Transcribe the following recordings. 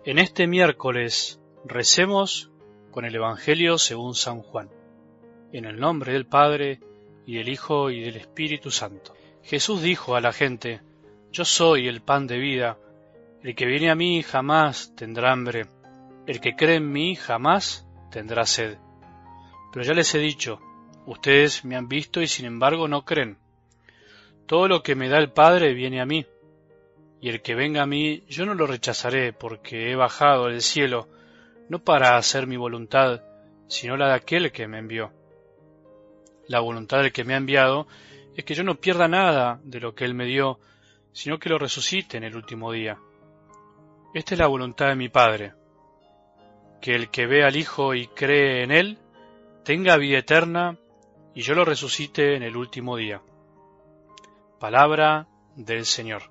En este miércoles recemos con el Evangelio según San Juan, en el nombre del Padre, y del Hijo, y del Espíritu Santo. Jesús dijo a la gente: Yo soy el pan de vida, el que viene a mí jamás tendrá hambre, el que cree en mí jamás tendrá sed. Pero ya les he dicho, ustedes me han visto y sin embargo no creen. Todo lo que me da el Padre viene a mí, y el que venga a mí yo no lo rechazaré, porque he bajado del cielo, no para hacer mi voluntad, sino la de aquel que me envió. La voluntad del que me ha enviado es que yo no pierda nada de lo que él me dio, sino que lo resucite en el último día. Esta es la voluntad de mi Padre, que el que ve al Hijo y cree en él, tenga vida eterna, y yo lo resucite en el último día. Palabra del Señor.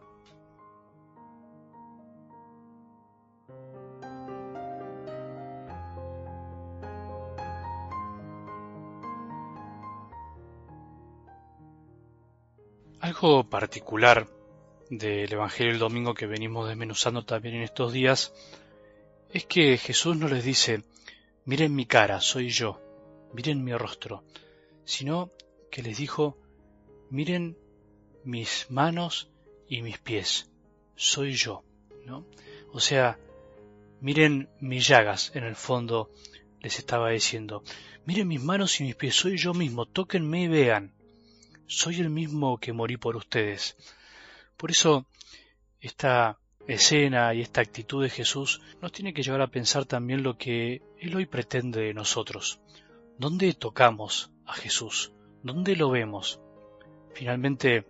Algo particular del Evangelio del domingo que venimos desmenuzando también en estos días es que Jesús no les dice: miren mi cara, soy yo, miren mi rostro, sino que les dijo: miren mis manos y mis pies, soy yo, ¿no? O sea, miren mis llagas, en el fondo les estaba diciendo: miren mis manos y mis pies, soy yo mismo, tóquenme y vean. Soy el mismo que morí por ustedes. Por eso, esta escena y esta actitud de Jesús nos tiene que llevar a pensar también lo que Él hoy pretende de nosotros. ¿Dónde tocamos a Jesús? ¿Dónde lo vemos? Finalmente,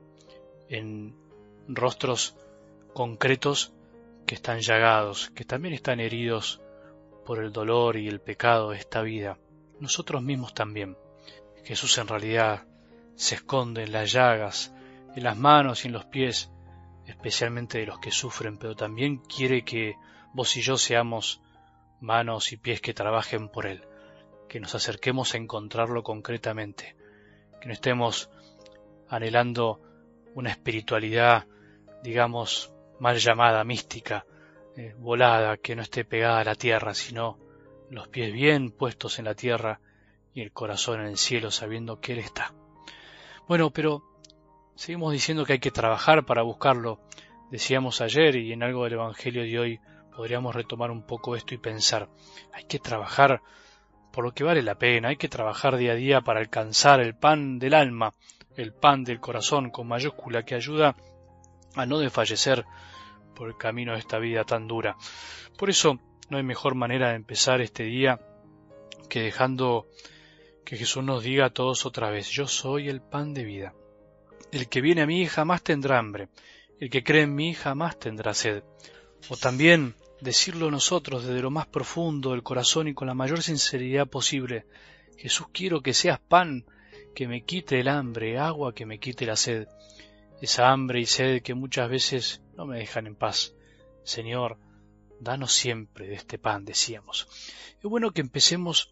en rostros concretos que están llagados, que también están heridos por el dolor y el pecado de esta vida. Nosotros mismos también. Jesús en realidad se esconde en las llagas, en las manos y en los pies, especialmente de los que sufren, pero también quiere que vos y yo seamos manos y pies que trabajen por Él, que nos acerquemos a encontrarlo concretamente, que no estemos anhelando una espiritualidad, digamos, mal llamada, mística, volada, que no esté pegada a la tierra, sino los pies bien puestos en la tierra y el corazón en el cielo, sabiendo que Él está. Bueno, pero seguimos diciendo que hay que trabajar para buscarlo. Decíamos ayer, y en algo del Evangelio de hoy podríamos retomar un poco esto y pensar: hay que trabajar por lo que vale la pena, hay que trabajar día a día para alcanzar el pan del alma, el pan del corazón con mayúscula, que ayuda a no desfallecer por el camino de esta vida tan dura. Por eso no hay mejor manera de empezar este día que dejando que Jesús nos diga a todos otra vez: yo soy el pan de vida. El que viene a mí jamás tendrá hambre, el que cree en mí jamás tendrá sed. O también decirlo nosotros desde lo más profundo del corazón y con la mayor sinceridad posible: Jesús, quiero que seas pan que me quite el hambre, agua que me quite la sed, esa hambre y sed que muchas veces no me dejan en paz. Señor, danos siempre de este pan, decíamos. Es bueno que empecemos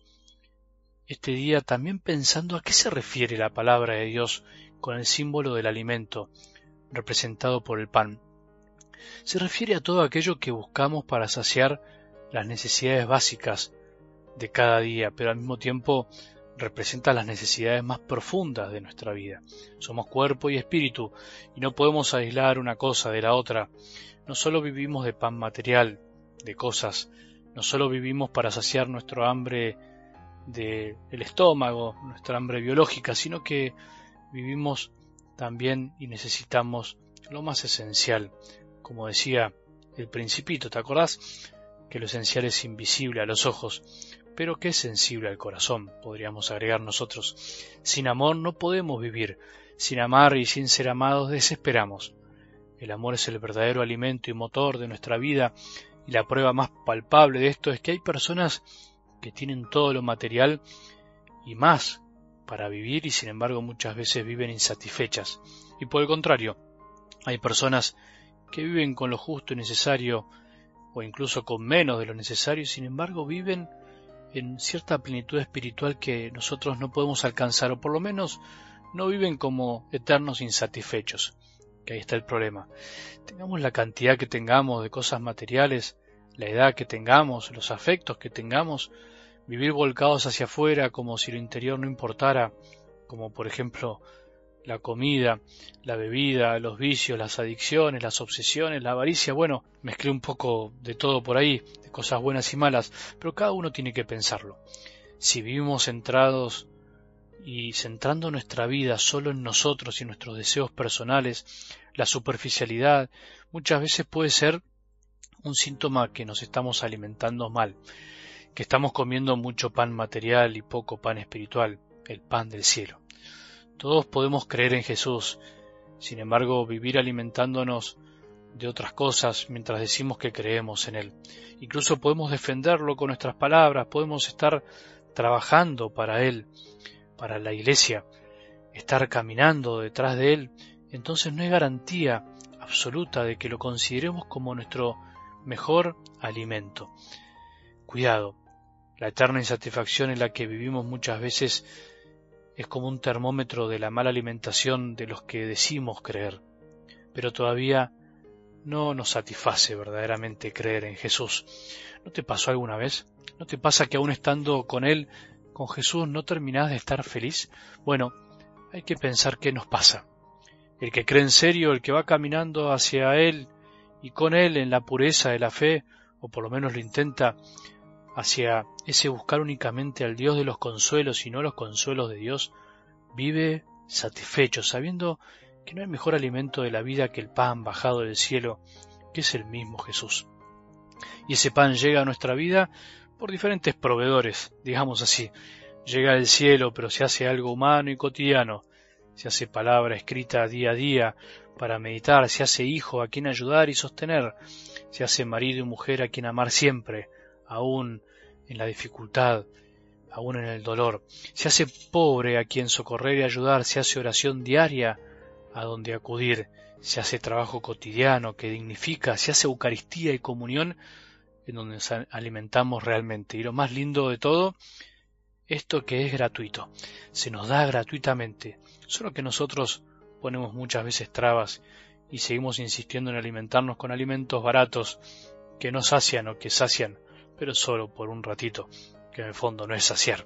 este día también pensando a qué se refiere la palabra de Dios con el símbolo del alimento representado por el pan. Se refiere a todo aquello que buscamos para saciar las necesidades básicas de cada día, pero al mismo tiempo representa las necesidades más profundas de nuestra vida. Somos cuerpo y espíritu y no podemos aislar una cosa de la otra. No solo vivimos de pan material, de cosas, no solo vivimos para saciar nuestro hambre del estómago, nuestra hambre biológica, sino que vivimos también y necesitamos lo más esencial. Como decía el Principito, ¿te acordás? Que lo esencial es invisible a los ojos, pero que es sensible al corazón, podríamos agregar nosotros. Sin amor no podemos vivir, sin amar y sin ser amados desesperamos. El amor es el verdadero alimento y motor de nuestra vida, y la prueba más palpable de esto es que hay personas que tienen todo lo material y más para vivir y sin embargo muchas veces viven insatisfechas. Y por el contrario, hay personas que viven con lo justo y necesario o incluso con menos de lo necesario y sin embargo viven en cierta plenitud espiritual que nosotros no podemos alcanzar, o por lo menos no viven como eternos insatisfechos, que ahí está el problema. Tengamos la cantidad que tengamos de cosas materiales, la edad que tengamos, los afectos que tengamos, vivir volcados hacia afuera como si lo interior no importara, como por ejemplo la comida, la bebida, los vicios, las adicciones, las obsesiones, la avaricia. Bueno, mezclé un poco de todo por ahí, de cosas buenas y malas, pero cada uno tiene que pensarlo. Si vivimos centrados y centrando nuestra vida solo en nosotros y nuestros deseos personales, la superficialidad muchas veces puede ser un síntoma que nos estamos alimentando mal, que estamos comiendo mucho pan material y poco pan espiritual, el pan del cielo. Todos podemos creer en Jesús, sin embargo vivir alimentándonos de otras cosas mientras decimos que creemos en Él. Incluso podemos defenderlo con nuestras palabras, podemos estar trabajando para Él, para la Iglesia, estar caminando detrás de Él. Entonces no hay garantía absoluta de que lo consideremos como nuestro mejor alimento. Cuidado, la eterna insatisfacción en la que vivimos muchas veces es como un termómetro de la mala alimentación de los que decimos creer, pero todavía no nos satisface verdaderamente creer en Jesús. ¿No te pasó alguna vez? ¿No te pasa que aún estando con Él, con Jesús, no terminás de estar feliz? Bueno, hay que pensar qué nos pasa. El que cree en serio, el que va caminando hacia Él y con Él en la pureza de la fe, o por lo menos lo intenta, hacia ese buscar únicamente al Dios de los consuelos y no los consuelos de Dios, vive satisfecho, sabiendo que no hay mejor alimento de la vida que el pan bajado del cielo, que es el mismo Jesús. Y ese pan llega a nuestra vida por diferentes proveedores, digamos así. Llega del cielo, pero se hace algo humano y cotidiano. Se hace palabra escrita día a día para meditar, se hace hijo a quien ayudar y sostener, se hace marido y mujer a quien amar siempre, aún en la dificultad, aún en el dolor. Se hace pobre a quien socorrer y ayudar, se hace oración diaria a donde acudir, se hace trabajo cotidiano que dignifica, se hace Eucaristía y comunión en donde nos alimentamos realmente. Y lo más lindo de todo, esto que es gratuito, se nos da gratuitamente, solo que nosotros ponemos muchas veces trabas y seguimos insistiendo en alimentarnos con alimentos baratos que no sacian o que sacian, pero solo por un ratito, que en el fondo no es saciar.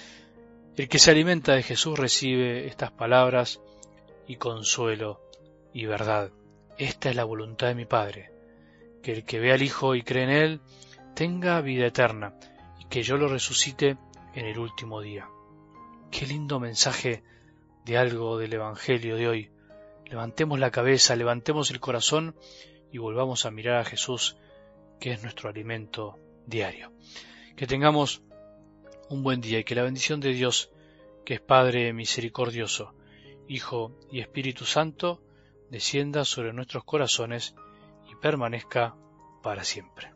El que se alimenta de Jesús recibe estas palabras y consuelo y verdad. Esta es la voluntad de mi Padre, que el que ve al Hijo y cree en Él tenga vida eterna y que yo lo resucite en el último día. Qué lindo mensaje de algo del Evangelio de hoy. Levantemos la cabeza, levantemos el corazón y volvamos a mirar a Jesús, que es nuestro alimento diario. Que tengamos un buen día y que la bendición de Dios, que es Padre misericordioso, Hijo y Espíritu Santo, descienda sobre nuestros corazones y permanezca para siempre.